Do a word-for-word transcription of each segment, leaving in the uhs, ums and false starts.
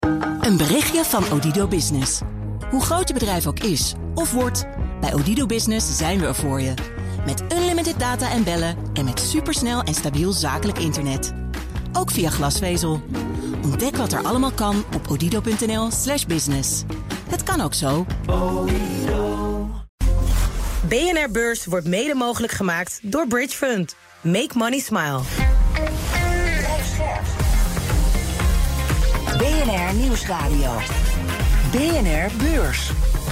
Een berichtje van Odido Business. Hoe groot je bedrijf ook is of wordt, bij Odido Business zijn we er voor je. Met unlimited data en bellen en met supersnel en stabiel zakelijk internet. Ook via glasvezel. Ontdek wat er allemaal kan op odido.nl slash business. Het kan ook zo. B N R Beurs wordt mede mogelijk gemaakt door Bridge Fund. Make money smile. B N R Nieuwsradio. B N R Beurs.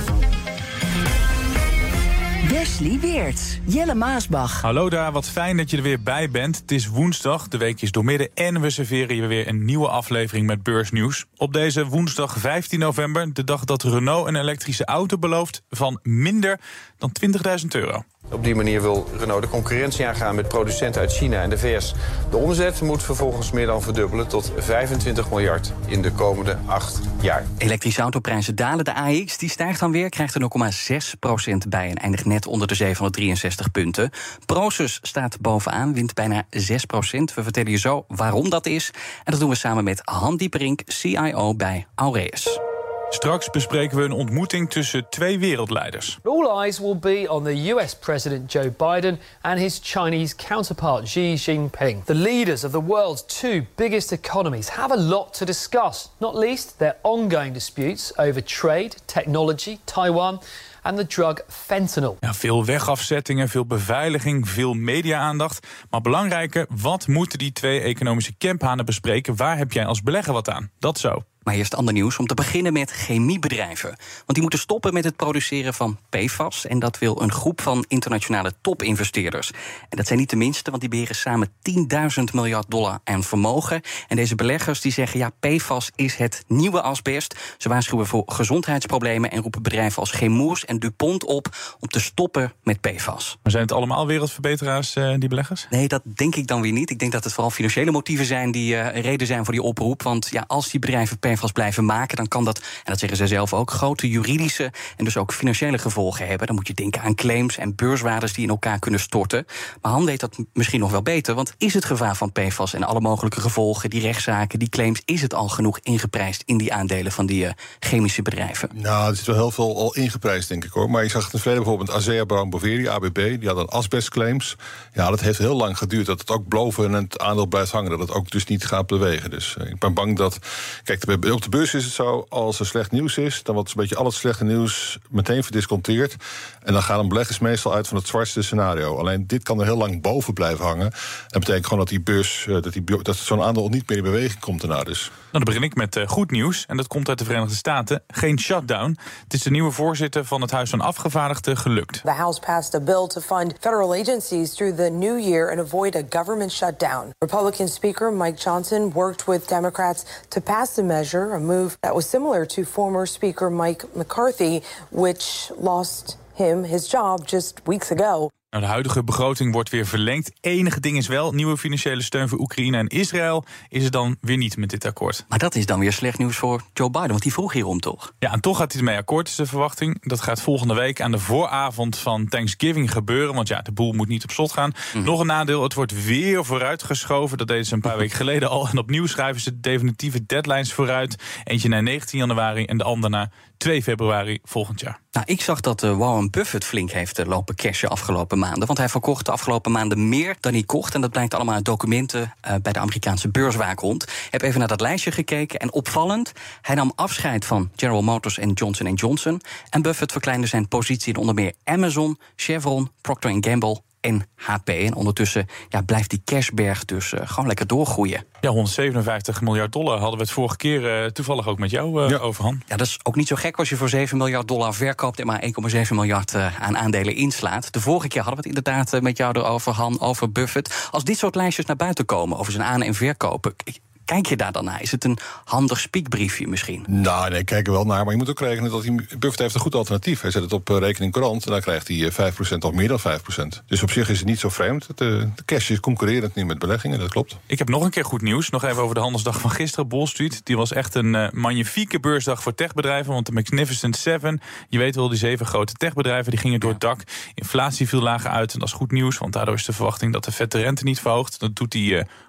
Wesley Weerts, Jelle Maasbach. Hallo daar, wat fijn dat je er weer bij bent. Het is woensdag, de week is doormidden en we serveren je weer een nieuwe aflevering met beursnieuws. Op deze woensdag vijftien november, de dag dat Renault een elektrische auto belooft van minder dan twintigduizend euro. Op die manier wil Renault de concurrentie aangaan met producenten uit China en de V S. De omzet moet vervolgens meer dan verdubbelen tot vijfentwintig miljard in de komende acht jaar. Elektrische autoprijzen dalen. De A X die stijgt dan weer, krijgt er nul komma zes procent bij en eindigt net onder de zevenhonderddrieënzestig punten. Prosus staat bovenaan, wint bijna zes procent. We vertellen je zo waarom dat is. En dat doen we samen met Han Dieperink, C I O bij Aureus. Straks bespreken we een ontmoeting tussen twee wereldleiders. All eyes will be on the U S President Joe Biden and his Chinese counterpart Xi Jinping. The leaders of the world's two biggest economies have a lot to discuss, not least their ongoing disputes over trade, technology, Taiwan and the drug fentanyl. Ja, veel wegafzettingen, veel beveiliging, veel media-aandacht. Maar belangrijker, wat moeten die twee economische kemphanen bespreken? Waar heb jij als belegger wat aan? Dat zo. Maar eerst ander nieuws, om te beginnen met chemiebedrijven. Want die moeten stoppen met het produceren van P F A S. En dat wil een groep van internationale topinvesteerders. En dat zijn niet de minste, want die beheren samen tienduizend miljard dollar aan vermogen. En deze beleggers die zeggen, ja, P F A S is het nieuwe asbest. Ze waarschuwen voor gezondheidsproblemen en roepen bedrijven als Chemours en DuPont op om te stoppen met P F A S. Maar zijn het allemaal wereldverbeteraars, uh, die beleggers? Nee, dat denk ik dan weer niet. Ik denk dat het vooral financiële motieven zijn die uh, reden zijn voor die oproep. Want ja, als die bedrijven P F A S blijven maken, dan kan dat, en dat zeggen ze zelf ook, grote juridische en dus ook financiële gevolgen hebben. Dan moet je denken aan claims en beurswaardes die in elkaar kunnen storten. Maar Han weet dat misschien nog wel beter, want is het gevaar van P F A S en alle mogelijke gevolgen, die rechtszaken, die claims, is het al genoeg ingeprijsd in die aandelen van die uh, chemische bedrijven? Nou, er zit wel heel veel al ingeprijsd, denk ik hoor. Maar je zag het in het verleden bijvoorbeeld Asea Brown Boveri, A B B, die hadden asbestclaims. Ja, dat heeft heel lang geduurd dat het ook boven het aandeel blijft hangen, dat het ook dus niet gaat bewegen. Dus uh, ik ben bang dat, kijk, op de beurs is het zo, als er slecht nieuws is, dan wordt een beetje al het slechte nieuws meteen verdisconteerd. En dan gaan beleggers meestal uit van het zwartste scenario. Alleen dit kan er heel lang boven blijven hangen. Dat betekent gewoon dat die beurs, dat, die, dat zo'n aandeel niet meer in beweging komt daarna dus. Nou, dan begin ik met uh, goed nieuws. En dat komt uit de Verenigde Staten. Geen shutdown. Het is de nieuwe voorzitter van het Huis van Afgevaardigden gelukt. The House passed a bill to fund federal agencies through the new year and avoid a government shutdown. Republican Speaker Mike Johnson worked with Democrats to pass the measure, a move that was similar to former Speaker Mike McCarthy, which lost him his job just weeks ago. Nou, de huidige begroting wordt weer verlengd. Enige ding is wel, nieuwe financiële steun voor Oekraïne en Israël is er dan weer niet met dit akkoord. Maar dat is dan weer slecht nieuws voor Joe Biden, want die vroeg hierom toch? Ja, en toch gaat hij ermee akkoord, is de verwachting. Dat gaat volgende week aan de vooravond van Thanksgiving gebeuren, want ja, de boel moet niet op slot gaan. Mm. Nog een nadeel, het wordt weer vooruitgeschoven. Dat deden ze een paar weken geleden al. En opnieuw schrijven ze de definitieve deadlines vooruit. Eentje naar negentien januari en de ander naar twee februari volgend jaar. Nou, ik zag dat uh, Warren Buffett flink heeft uh, lopen cashen afgelopen maanden. Want hij verkocht de afgelopen maanden meer dan hij kocht. En dat blijkt allemaal uit documenten uh, bij de Amerikaanse beurswaakhond. Ik heb even naar dat lijstje gekeken. En opvallend, hij nam afscheid van General Motors en Johnson en Johnson. En Buffett verkleinde zijn positie in onder meer Amazon, Chevron, Procter and Gamble en H P. En ondertussen ja, blijft die cashberg dus uh, gewoon lekker doorgroeien. Ja, honderdzevenenvijftig miljard dollar hadden we het vorige keer uh, toevallig ook met jou uh, ja. over, Han. Ja, dat is ook niet zo gek als je voor zeven miljard dollar verkoopt en maar één komma zeven miljard uh, aan aandelen inslaat. De vorige keer hadden we het inderdaad uh, met jou erover, Han, over Buffett. Als dit soort lijstjes naar buiten komen over zijn aan- en verkopen, ik, kijk je daar dan naar? Is het een handig spiekbriefje misschien? Nou, nee, ik kijk er wel naar. Maar je moet ook rekenen dat hij, Buffett heeft een goed alternatief. Hij zet het op uh, rekening courant en dan krijgt hij vijf procent of meer dan vijf procent. Dus op zich is het niet zo vreemd. De, de cash is concurrerend niet met beleggingen, dat klopt. Ik heb nog een keer goed nieuws. Nog even over de handelsdag van gisteren, Wall Street. Die was echt een uh, magnifieke beursdag voor techbedrijven. Want de Magnificent Seven, je weet wel, die zeven grote techbedrijven, die gingen door het dak. Inflatie viel lager uit en dat is goed nieuws. Want daardoor is de verwachting dat de Fed de rente niet verhoogt. Dat doet die uh,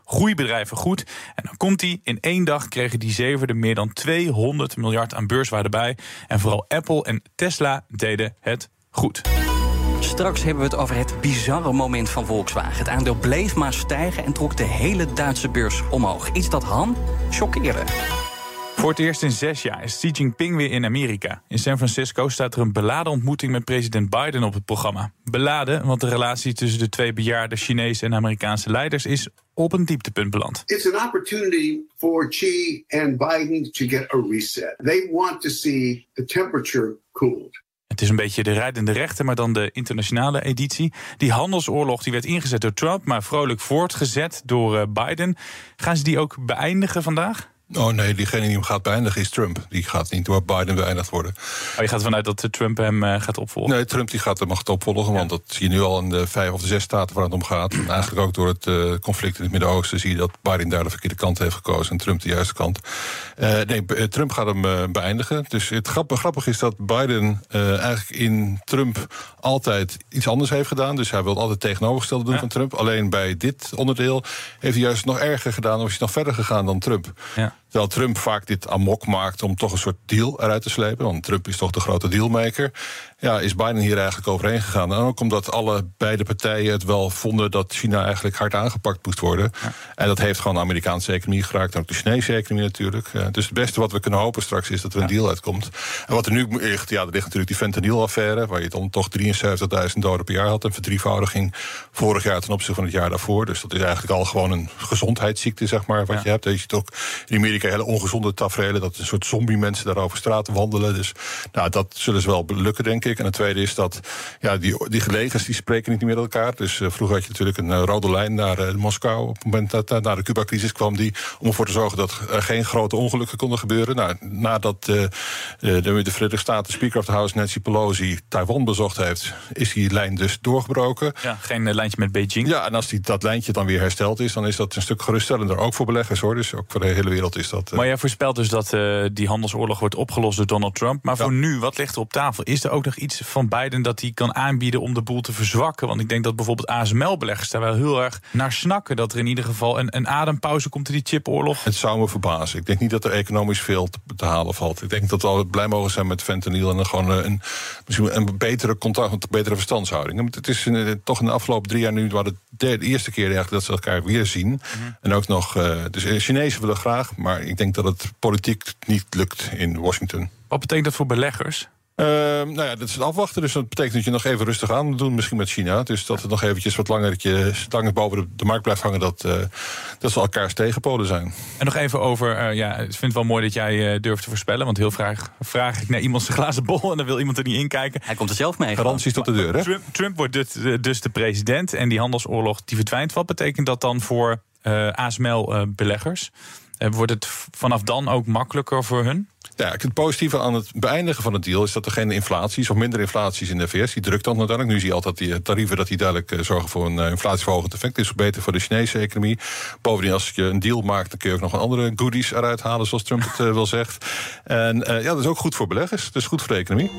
groeibedrijven goed. En dan komt hij, in één dag kregen die zeven er meer dan tweehonderd miljard aan beurswaarde bij. En vooral Apple en Tesla deden het goed. Straks hebben we het over het bizarre moment van Volkswagen. Het aandeel bleef maar stijgen en trok de hele Duitse beurs omhoog. Iets dat Han choqueerde. Voor het eerst in zes jaar is Xi Jinping weer in Amerika. In San Francisco staat er een beladen ontmoeting met president Biden op het programma. Beladen, want de relatie tussen de twee bejaarde Chinese en Amerikaanse leiders is op een dieptepunt beland. It's an opportunity for Xi and Biden to get a reset. They want to see the temperature cooled. Het is een beetje de rijdende rechter, maar dan de internationale editie. Die handelsoorlog die werd ingezet door Trump, maar vrolijk voortgezet door Biden. Gaan ze die ook beëindigen vandaag? Oh nee, diegene die hem gaat beëindigen is Trump. Die gaat niet door Biden beëindigd worden. Oh, je gaat ervan uit dat Trump hem uh, gaat opvolgen? Nee, Trump die gaat hem mag opvolgen. Ja. Want dat zie je nu al in de vijf of de zes staten waar het om gaat. En eigenlijk ook door het uh, conflict in het Midden-Oosten zie je dat Biden daar de verkeerde kant heeft gekozen en Trump de juiste kant. Uh, nee, Trump gaat hem uh, beëindigen. Dus het grappige, grappig is dat Biden uh, eigenlijk in Trump altijd iets anders heeft gedaan. Dus hij wil altijd tegenovergestelde doen ja. van Trump. Alleen bij dit onderdeel heeft hij juist nog erger gedaan, of is hij nog verder gegaan dan Trump. Ja. Terwijl Trump vaak dit amok maakt om toch een soort deal eruit te slepen. Want Trump is toch de grote dealmaker. Ja, is Biden hier eigenlijk overheen gegaan. En ook omdat alle beide partijen het wel vonden dat China eigenlijk hard aangepakt moest worden. Ja. En dat heeft gewoon de Amerikaanse economie geraakt. En ook de Chinese economie natuurlijk. Ja, dus het beste wat we kunnen hopen straks is dat er een ja. deal uitkomt. En wat er nu ligt, ja, er ligt natuurlijk die fentanyl-affaire, waar je dan toch drieënzeventigduizend doden per jaar had. Een verdrievoudiging vorig jaar ten opzichte van het jaar daarvoor. Dus dat is eigenlijk al gewoon een gezondheidsziekte, zeg maar, wat ja. je hebt. Je ziet ook in Amerika hele ongezonde taferelen, dat een soort zombie-mensen daar over straat wandelen. Dus nou, dat zullen ze wel lukken, denk ik. En het tweede is dat ja, die, die legers die spreken niet meer met elkaar. Dus uh, vroeger had je natuurlijk een uh, rode lijn naar uh, Moskou op het moment dat uh, na de Cuba-crisis kwam die, om ervoor te zorgen dat er geen grote ongelukken konden gebeuren. Nou, nadat uh, de, de Verenigde Staten, Speaker of the House Nancy Pelosi, Taiwan bezocht heeft, is die lijn dus doorgebroken. Ja, geen uh, lijntje met Beijing. Ja, en als die, dat lijntje dan weer hersteld is, dan is dat een stuk geruststellender, ook voor beleggers, hoor. Dus ook voor de hele wereld is dat. Uh... Maar jij voorspelt dus dat uh, die handelsoorlog wordt opgelost door Donald Trump. Maar voor ja. nu, wat ligt er op tafel? Is er ook nog iets van Biden dat hij kan aanbieden om de boel te verzwakken? Want ik denk dat bijvoorbeeld A S M L-beleggers daar wel heel erg naar snakken. Dat er in ieder geval een, een adempauze komt in die chipoorlog. Het zou me verbazen. Ik denk niet dat er economisch veel te, te halen valt. Ik denk dat we al blij mogen zijn met fentanyl en dan gewoon een, misschien een betere contact, een betere verstandshouding. Het is in, toch in de afgelopen drie jaar nu waar de, de eerste keer eigenlijk dat ze elkaar weer zien. Mm-hmm. En ook nog, uh, dus de Chinezen willen graag, maar ik denk dat het politiek niet lukt in Washington. Wat betekent dat voor beleggers? Uh, nou ja, dat is het afwachten. Dus dat betekent dat je nog even rustig aan moet doen, misschien met China. Dus dat het nog eventjes wat langer, dat je langer boven de, de markt blijft hangen, dat, uh, dat ze elkaars tegenpolen zijn. En nog even over, uh, ja, ik vind het wel mooi dat jij uh, durft te voorspellen, want heel vraag, vraag ik naar iemand zijn glazen bol en dan wil iemand er niet in kijken. Hij komt er zelf mee. Garanties tot de deur, hè? Trump, Trump wordt dus, dus de president en die handelsoorlog die verdwijnt. Wat betekent dat dan voor uh, A S M L-beleggers? Uh, wordt het vanaf dan ook makkelijker voor hun? Ja, het positieve aan het beëindigen van het deal is dat er geen inflatie is of minder inflatie is in de V S. Die drukt dan uiteindelijk. Nu zie je altijd die tarieven dat die duidelijk uh, zorgen voor een uh, inflatieverhogend effect. Dat is beter voor de Chinese economie. Bovendien, als je een deal maakt, dan kun je ook nog een andere goodies eruit halen, zoals Trump het uh, wel zegt. En uh, ja, dat is ook goed voor beleggers. Dat is goed voor de economie.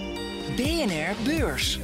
B N R Beurs.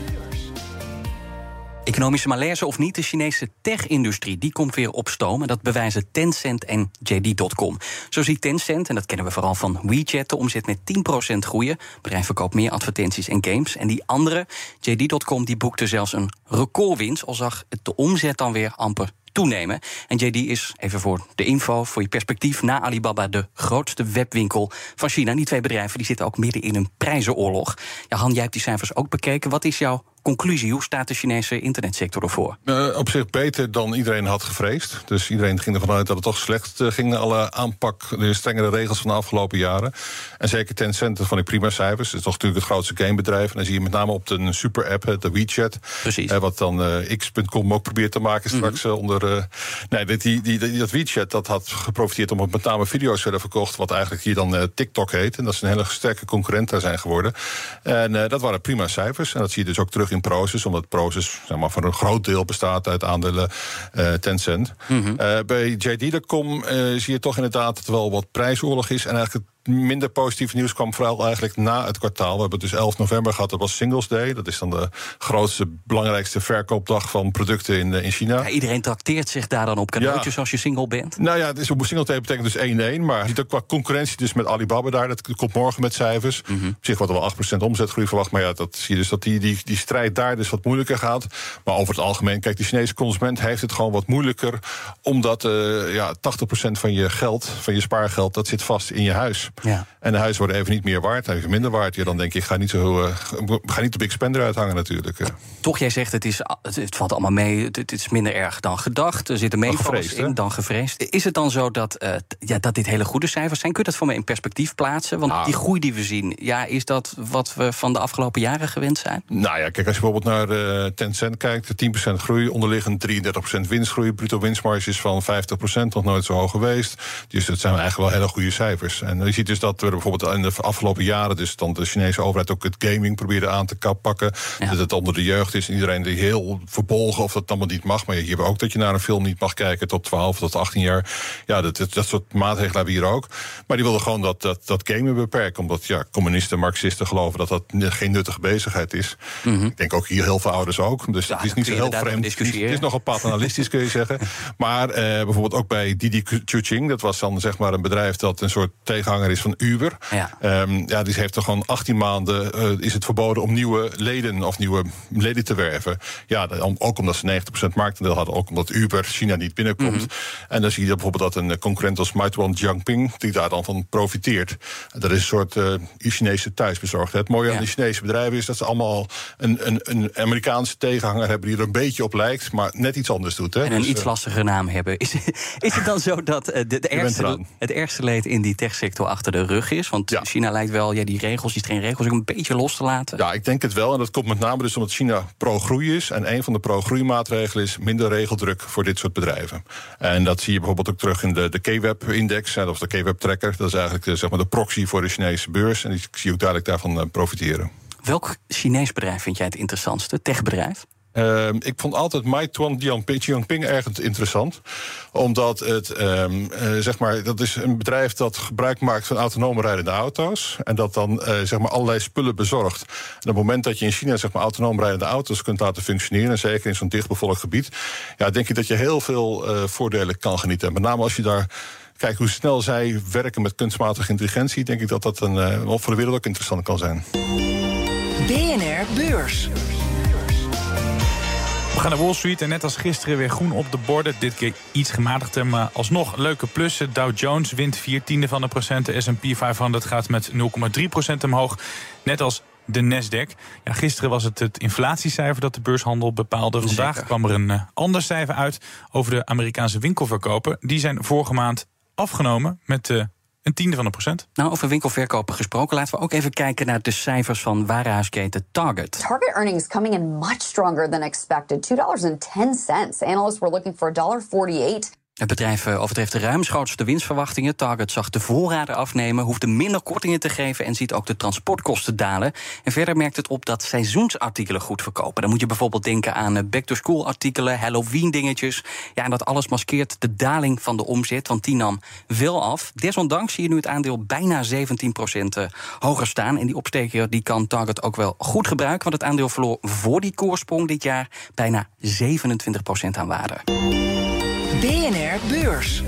Economische malaise of niet, de Chinese tech-industrie die komt weer op stoom. En dat bewijzen Tencent en J D punt com. Zo ziet Tencent, en dat kennen we vooral van WeChat, de omzet met tien procent groeien. Het bedrijf verkoopt meer advertenties en games. En die andere, J D punt com, die boekte zelfs een recordwinst, al zag de omzet dan weer amper toenemen. En J D is, even voor de info, voor je perspectief, na Alibaba de grootste webwinkel van China. Die twee bedrijven die zitten ook midden in een prijzenoorlog. Ja, Han, jij hebt die cijfers ook bekeken. Wat is jouw conclusie? Hoe staat de Chinese internetsector ervoor? Uh, op zich beter dan iedereen had gevreesd. Dus iedereen ging ervan uit dat het toch slecht uh, ging. Alle aanpak, de strengere regels van de afgelopen jaren. En zeker Tencent, dat vond ik prima cijfers. Het is toch natuurlijk het grootste gamebedrijf. En dan zie je met name op de super-app, de WeChat. Precies. Uh, wat dan uh, X punt com ook probeert te maken straks. Mm-hmm. uh, onder, uh, nee, die, die, die, dat WeChat dat had geprofiteerd om met name video's verder verkocht. Wat eigenlijk hier dan uh, TikTok heet. En dat is een hele sterke concurrent daar zijn geworden. En uh, dat waren prima cijfers. En dat zie je dus ook terug in Prosus, omdat Prosus zeg maar, voor een groot deel bestaat uit aandelen uh, Tencent. Mm-hmm. Uh, bij J D punt com uh, zie je toch inderdaad dat er wel wat prijsoorlog is. En eigenlijk het minder positief nieuws kwam vooral eigenlijk na het kwartaal. We hebben dus elf november gehad, dat was Singles Day. Dat is dan de grootste, belangrijkste verkoopdag van producten in, in China. Ja, iedereen trakteert zich daar dan op cadeautjes ja. als je single bent. Nou ja, het is op Singles Day betekent dus één één. Maar je ziet ook qua concurrentie dus met Alibaba daar. Dat komt morgen met cijfers. Mm-hmm. Op zich wordt er wel acht procent omzetgroei verwacht. Maar ja, dat zie je dus dat die, die, die strijd daar dus wat moeilijker gaat. Maar over het algemeen, kijk, de Chinese consument heeft het gewoon wat moeilijker. Omdat uh, ja, tachtig procent van je geld, van je spaargeld, dat zit vast in je huis. Ja. En de huizen worden even niet meer waard, even minder waard. Ja, dan denk ik, ga niet zo, uh, ga niet de big spender uithangen natuurlijk. Toch, jij zegt, het, is, het valt allemaal mee, het, het is minder erg dan gedacht. Er zitten meevallers in dan gevreesd. Is het dan zo dat, uh, ja, dat dit hele goede cijfers zijn? Kun je dat voor me in perspectief plaatsen? Want ah. die groei die we zien, ja, is dat wat we van de afgelopen jaren gewend zijn? Nou ja, kijk, als je bijvoorbeeld naar uh, Tencent kijkt, tien procent groei, onderliggend drieëndertig procent winstgroei, bruto winstmarges van vijftig procent, nog nooit zo hoog geweest. Dus dat zijn eigenlijk wel hele goede cijfers. En je ziet dus dat we bijvoorbeeld in de afgelopen jaren, dus dan de Chinese overheid ook het gaming probeerde aan te pakken. Ja. Dat het onder de jeugd is. Iedereen die heel verbolgen of dat allemaal niet mag. Maar hier hebben we ook dat je naar een film niet mag kijken tot twaalf tot achttien jaar. Ja, dat, dat, dat soort maatregelen hebben we hier ook. Maar die wilden gewoon dat, dat, dat gamen beperken. Omdat ja, communisten, marxisten geloven dat dat geen nuttige bezigheid is. Mm-hmm. Ik denk ook hier heel veel ouders ook. Dus ja, het is niet zo heel vreemd. Het is, het is nogal paternalistisch, kun je zeggen. Maar eh, bijvoorbeeld ook bij Didi Chuxing. Dat was dan zeg maar een bedrijf dat een soort tegenhanger is van Uber. Ja, um, ja die heeft er gewoon achttien maanden uh, is het verboden om nieuwe leden of nieuwe leden te werven. Ja, dan, ook omdat ze negentig procent marktaandeel hadden. Ook omdat Uber China niet binnenkomt. Mm-hmm. En dan zie je bijvoorbeeld dat een concurrent als Meituan Jiangping die daar dan van profiteert. Dat is een soort uh, Chinese thuisbezorgdheid. Het mooie ja. aan die Chinese bedrijven is dat ze allemaal een, een, een Amerikaanse tegenhanger hebben die er een beetje op lijkt, maar net iets anders doet. Hè? En een dus, iets lastigere naam hebben. Is, is het dan zo dat uh, de, de ergste, het ergste leed in die techsector achter de rug is? Want ja. China lijkt wel ja, die regels, die strenge regels ook een beetje los te laten. Ja, ik denk het wel. En dat komt met name dus omdat China pro-groei is. En een van de pro-groeimaatregelen is minder regeldruk voor dit soort bedrijven. En dat zie je bijvoorbeeld ook terug in de, de K-Web-index, of de K-Web-tracker. Dat is eigenlijk de, zeg maar de proxy voor de Chinese beurs. En ik zie ook duidelijk daarvan uh, profiteren. Welk Chinees bedrijf vind jij het interessantste, techbedrijf? Uh, ik vond altijd Meituan Jiangping erg interessant. Omdat het, um, uh, zeg maar, dat is een bedrijf dat gebruik maakt van autonome rijdende auto's. En dat dan uh, zeg maar allerlei spullen bezorgt. En op het moment dat je in China zeg maar autonoom rijdende auto's kunt laten functioneren, en zeker in zo'n dichtbevolkt gebied, ja, denk ik dat je heel veel uh, voordelen kan genieten. Met name als je daar kijkt hoe snel zij werken met kunstmatige intelligentie, denk ik dat dat een, uh, voor de wereld ook interessant kan zijn. B N R Beurs. We gaan naar Wall Street en net als gisteren weer groen op de borden. Dit keer iets gematigder, maar alsnog leuke plussen. Dow Jones wint vier tiende van de procent. De S en P vijfhonderd gaat met nul komma drie procent omhoog. Net als de Nasdaq. Ja, gisteren was het het inflatiecijfer dat de beurshandel bepaalde. Vandaag Zeker. kwam er een uh, ander cijfer uit over de Amerikaanse winkelverkopen. Die zijn vorige maand afgenomen met Uh, een tiende van een procent. Nou, over winkelverkopen gesproken, laten we ook even kijken naar de cijfers van warenhuisketen Target. Target earnings coming in much stronger than expected. two dollars and ten cents. Analysts were looking for one dollar forty-eight. Het bedrijf overtreft ruimschoots de winstverwachtingen. Target zag de voorraden afnemen, hoefde minder kortingen te geven en ziet ook de transportkosten dalen. En verder merkt het op dat seizoensartikelen goed verkopen. Dan moet je bijvoorbeeld denken aan back-to-school artikelen, Halloween dingetjes. Ja, en dat alles maskeert de daling van de omzet, want die nam wel af. Desondanks zie je nu het aandeel bijna zeventien procent hoger staan. En die opsteker die kan Target ook wel goed gebruiken, want het aandeel verloor voor die koersprong dit jaar bijna zevenentwintig procent aan waarde. B N R Beurs.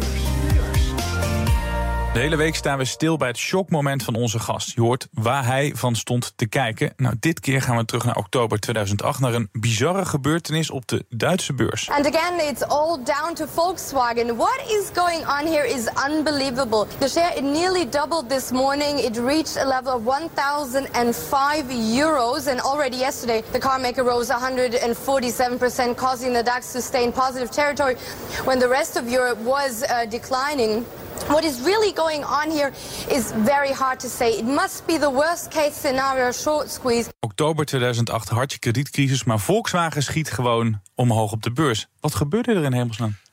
De hele week staan we stil bij het shockmoment van onze gast. Je hoort waar hij van stond te kijken. Nou, dit keer gaan we terug naar oktober tweeduizend acht... naar een bizarre gebeurtenis op de Duitse beurs. And again, it's all down to Volkswagen. What is going on here is unbelievable. The share it nearly doubled this morning. It reached a level of one thousand five euros. And already yesterday, the car maker rose one hundred forty-seven percent, causing the DAX to stay in positive territory when the rest of Europe was uh, declining. What is really going on here is very hard to say. It must be the worst case scenario, short squeeze. Oktober tweeduizend acht, hartje kredietcrisis, maar Volkswagen schiet gewoon omhoog op de beurs. Wat gebeurde er in hemelsnaam?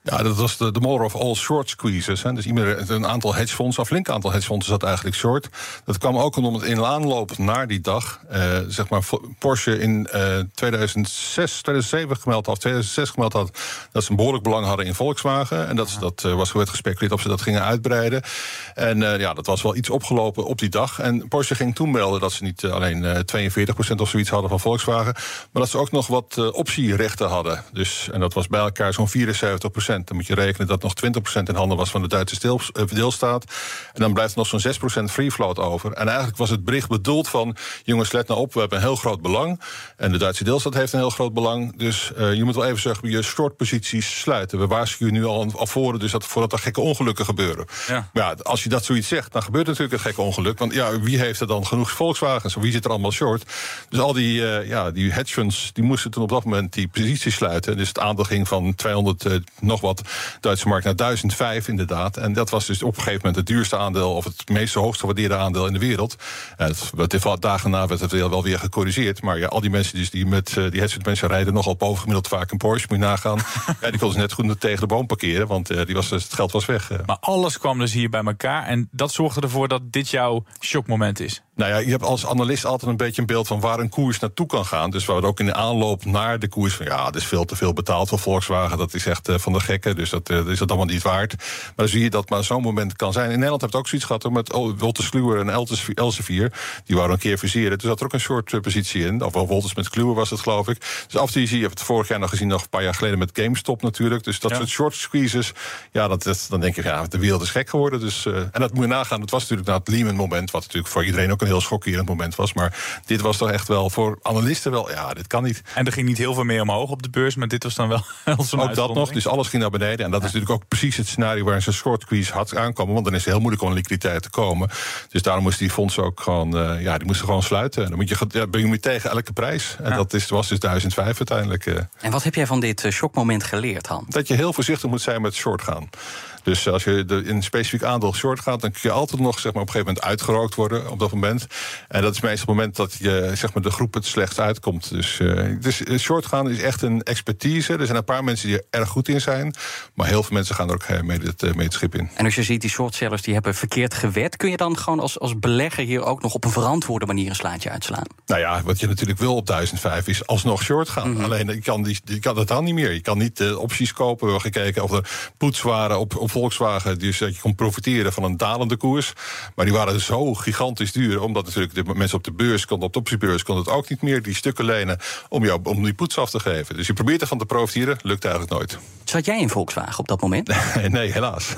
Ja, dat was de, de mother of all short squeezes. Hè. Dus iemand, een aantal hedgefondsen, een flink aantal hedgefondsen zat eigenlijk short. Dat kwam ook omdat in aanloop naar die dag, uh, zeg maar, Porsche in uh, tweeduizend zes, tweeduizend zeven gemeld had, tweeduizend zes gemeld had, dat ze een behoorlijk belang hadden in Volkswagen. En dat, ja. dat uh, was werd gespeculeerd of ze dat gingen uitbreiden. En uh, ja, dat was wel iets opgelopen op die dag. En Porsche ging toen melden dat ze niet alleen uh, tweeënveertig procent of zoiets hadden van Volkswagen, maar dat ze ook nog wat uh, optierechten hadden. Dus, en dat was bij elkaar zo'n vierenzeventig procent. Dan moet je rekenen dat nog twintig procent in handen was van de Duitse stil, uh, deelstaat. En dan blijft er nog zo'n zes procent free float over. En eigenlijk was het bericht bedoeld van, jongens, let nou op, we hebben een heel groot belang. En de Duitse deelstaat heeft een heel groot belang. Dus uh, je moet wel even zeggen, je shortposities sluiten. We waarschuwen nu al al voor, dus dat, voordat er gekke ongelukken gebeuren. Ja. Maar ja, als je dat zoiets zegt, dan gebeurt natuurlijk een gekke ongeluk. Want ja, wie heeft er dan genoeg Volkswagens? Of wie zit er allemaal short? Dus al die, uh, ja, die hedge funds, die moesten toen op dat moment die posities sluiten. Dus het aandeel ging van tweehonderd uh, nog wat Duitse markt naar duizend vijf inderdaad. En dat was dus op een gegeven moment het duurste aandeel, of het meeste hoogst gewaardeerde aandeel in de wereld. En het, dagen na werd het wel weer gecorrigeerd. Maar ja, al die mensen dus die met uh, die hedge fund mensen rijden nogal bovengemiddeld vaak een Porsche, moet je nagaan. Ja, die konden ze net goed tegen de boom parkeren, want uh, die was, het geld was weg. Uh. Maar alles kwam dus hier bij elkaar en dat zorgde ervoor dat dit jouw shockmoment is. Nou ja, je hebt als analist altijd een beetje een beeld van waar een koers naartoe kan gaan. Dus we hadden ook in de aanloop naar de koers van, ja, dat is veel te veel betaald voor Volkswagen. Dat is echt uh, van de gekken, dus dat uh, is dat allemaal niet waard. Maar dan zie je dat maar zo'n moment kan zijn. In Nederland heb je ook zoiets gehad hoor, met Wolters Kluwer en Elsevier. Die waren een keer fuseren. Dus zat er ook een soort uh, positie in. Of wel Wolters met Kluwer was het, geloof ik. Dus af en toe zie je, je hebt het vorig jaar nog gezien, nog een paar jaar geleden met GameStop natuurlijk. Dus dat ja. soort short squeezes, ja, dat, dat, dan denk je, ja, de wereld is gek geworden. Dus, uh, en dat moet je nagaan. Het was natuurlijk na het Lehman-moment, wat natuurlijk voor iedereen ook een heel schokkerend moment was. Maar dit was toch echt wel voor analisten wel, ja, dit kan niet. En er ging niet heel veel meer omhoog op de beurs, maar dit was dan wel zo'n ook dat nog, dus alles ging naar beneden. En dat ja. is natuurlijk ook precies het scenario waar ze short squeeze had aankomen. Want dan is het heel moeilijk om liquiditeit te komen. Dus daarom moesten die fondsen ook gewoon, uh, ja, die moesten gewoon sluiten. En dan moet je, ja, ben je moet tegen elke prijs. En ja. dat is, was dus duizend vijf uiteindelijk. Uh. En wat heb jij van dit uh, shockmoment geleerd, Han? Dat je heel voorzichtig moet zijn met short gaan. Dus als je in een specifiek aandeel short gaat, dan kun je altijd nog, zeg maar, op een gegeven moment uitgerookt worden op dat moment. En dat is meestal het moment dat je, zeg maar, de groep het slechtst uitkomt. Dus, uh, dus short gaan is echt een expertise. Er zijn een paar mensen die er erg goed in zijn, maar heel veel mensen gaan er ook mee het, mee het schip in. En als je ziet die shortsellers die hebben verkeerd gewet, kun je dan gewoon als, als belegger hier ook nog op een verantwoorde manier een slaatje uitslaan? Nou ja, wat je natuurlijk wil op duizend vijf is alsnog short gaan. Mm-hmm. Alleen je kan, die, je kan dat dan niet meer. Je kan niet uh, opties kopen. We hebben gekeken of er puts waren op, op Volkswagen, dus dat je kon profiteren van een dalende koers. Maar die waren zo gigantisch duur, omdat natuurlijk de mensen op de beurs konden, op de optiebeurs konden het ook niet meer die stukken lenen om jou om die puts af te geven. Dus je probeert ervan te profiteren, lukt eigenlijk nooit. Zat jij in Volkswagen op dat moment? Nee, helaas.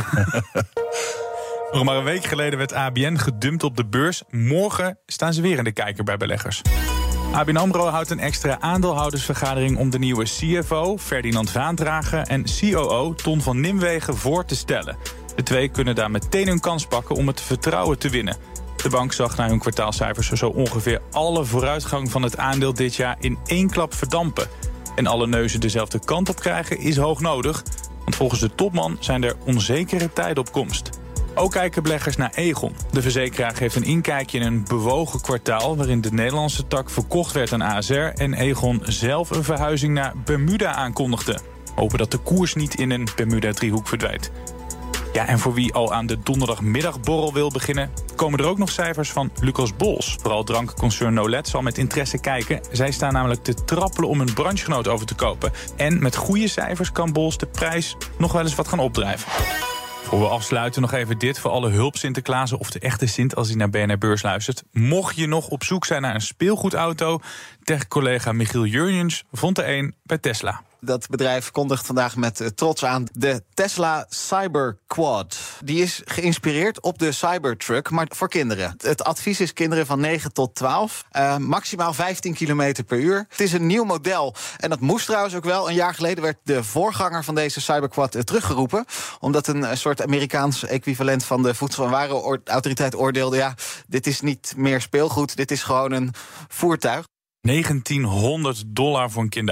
Nog maar een week geleden werd A B N gedumpt op de beurs. Morgen staan ze weer in de kijker bij beleggers. A B N AMRO houdt een extra aandeelhoudersvergadering om de nieuwe C F O, Ferdinand Vaandrager, en C O O, Ton van Nimwegen, voor te stellen. De twee kunnen daar meteen hun kans pakken om het vertrouwen te winnen. De bank zag na hun kwartaalcijfers zo ongeveer alle vooruitgang van het aandeel dit jaar in één klap verdampen. En alle neuzen dezelfde kant op krijgen is hoog nodig, want volgens de topman zijn er onzekere tijden op komst. Ook kijken beleggers naar Aegon. De verzekeraar geeft een inkijkje in een bewogen kwartaal waarin de Nederlandse tak verkocht werd aan A S R en Aegon zelf een verhuizing naar Bermuda aankondigde. Hopen dat de koers niet in een Bermuda-driehoek verdwijnt. Ja, en voor wie al aan de donderdagmiddagborrel wil beginnen, komen er ook nog cijfers van Lucas Bols. Vooral drankconcern Nolet zal met interesse kijken. Zij staan namelijk te trappelen om een branchegenoot over te kopen. En met goede cijfers kan Bols de prijs nog wel eens wat gaan opdrijven. Voor we afsluiten nog even dit voor alle hulp Sinterklaasen of de echte Sint als hij naar B N R Beurs luistert. Mocht je nog op zoek zijn naar een speelgoedauto, tech-collega Michiel Jurjens vond er een bij Tesla. Dat bedrijf kondigt vandaag met trots aan de Tesla Cyberquad. Die is geïnspireerd op de Cybertruck, maar voor kinderen. Het advies is kinderen van negen tot twaalf. Uh, maximaal vijftien kilometer per uur. Het is een nieuw model. En dat moest trouwens ook wel. Een jaar geleden werd de voorganger van deze Cyberquad uh, teruggeroepen. Omdat een uh, soort Amerikaans equivalent van de Voedsel- en Warenautoriteit oordeelde, ja, dit is niet meer speelgoed, dit is gewoon een voertuig. negentienhonderd dollar voor een kinderauto.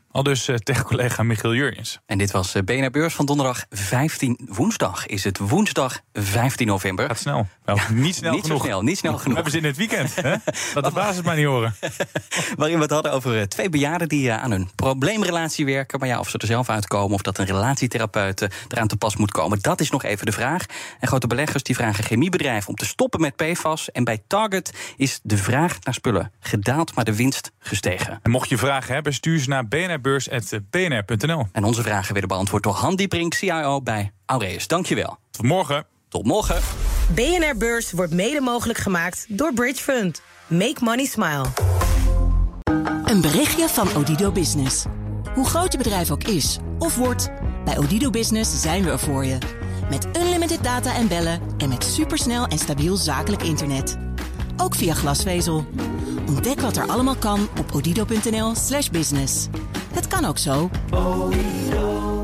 Al dus uh, tech-collega Michiel Jurjens. En dit was uh, B N R Beurs van donderdag vijftien... Woensdag is het woensdag vijftien november. Gaat snel. Nou, ja, niet snel niet genoeg. Zo snel, niet snel genoeg. We hebben zin in het weekend. Hè? Laat de basis maar niet horen. Waarin we het hadden over uh, twee bejaarden die uh, aan hun probleemrelatie werken. Maar ja, of ze er zelf uitkomen of dat een relatietherapeut uh, eraan te pas moet komen, dat is nog even de vraag. En grote beleggers die vragen chemiebedrijven om te stoppen met P F A S. En bij Target is de vraag naar spullen gedaald, maar de winst gestegen. En mocht je vragen hebben, stuur ze naar b n r beurs punt b n r punt n l. En onze vragen werden beantwoord door Han Dieprink, C I O bij Aureus. Dankjewel. Tot morgen. Tot morgen. B N R Beurs wordt mede mogelijk gemaakt door Bridge Fund. Make money smile. Een berichtje van Odido Business. Hoe groot je bedrijf ook is of wordt, bij Odido Business zijn we er voor je. Met unlimited data en bellen en met supersnel en stabiel zakelijk internet. Ook via glasvezel. Ontdek wat er allemaal kan op odido punt n l slash business. Het kan ook zo.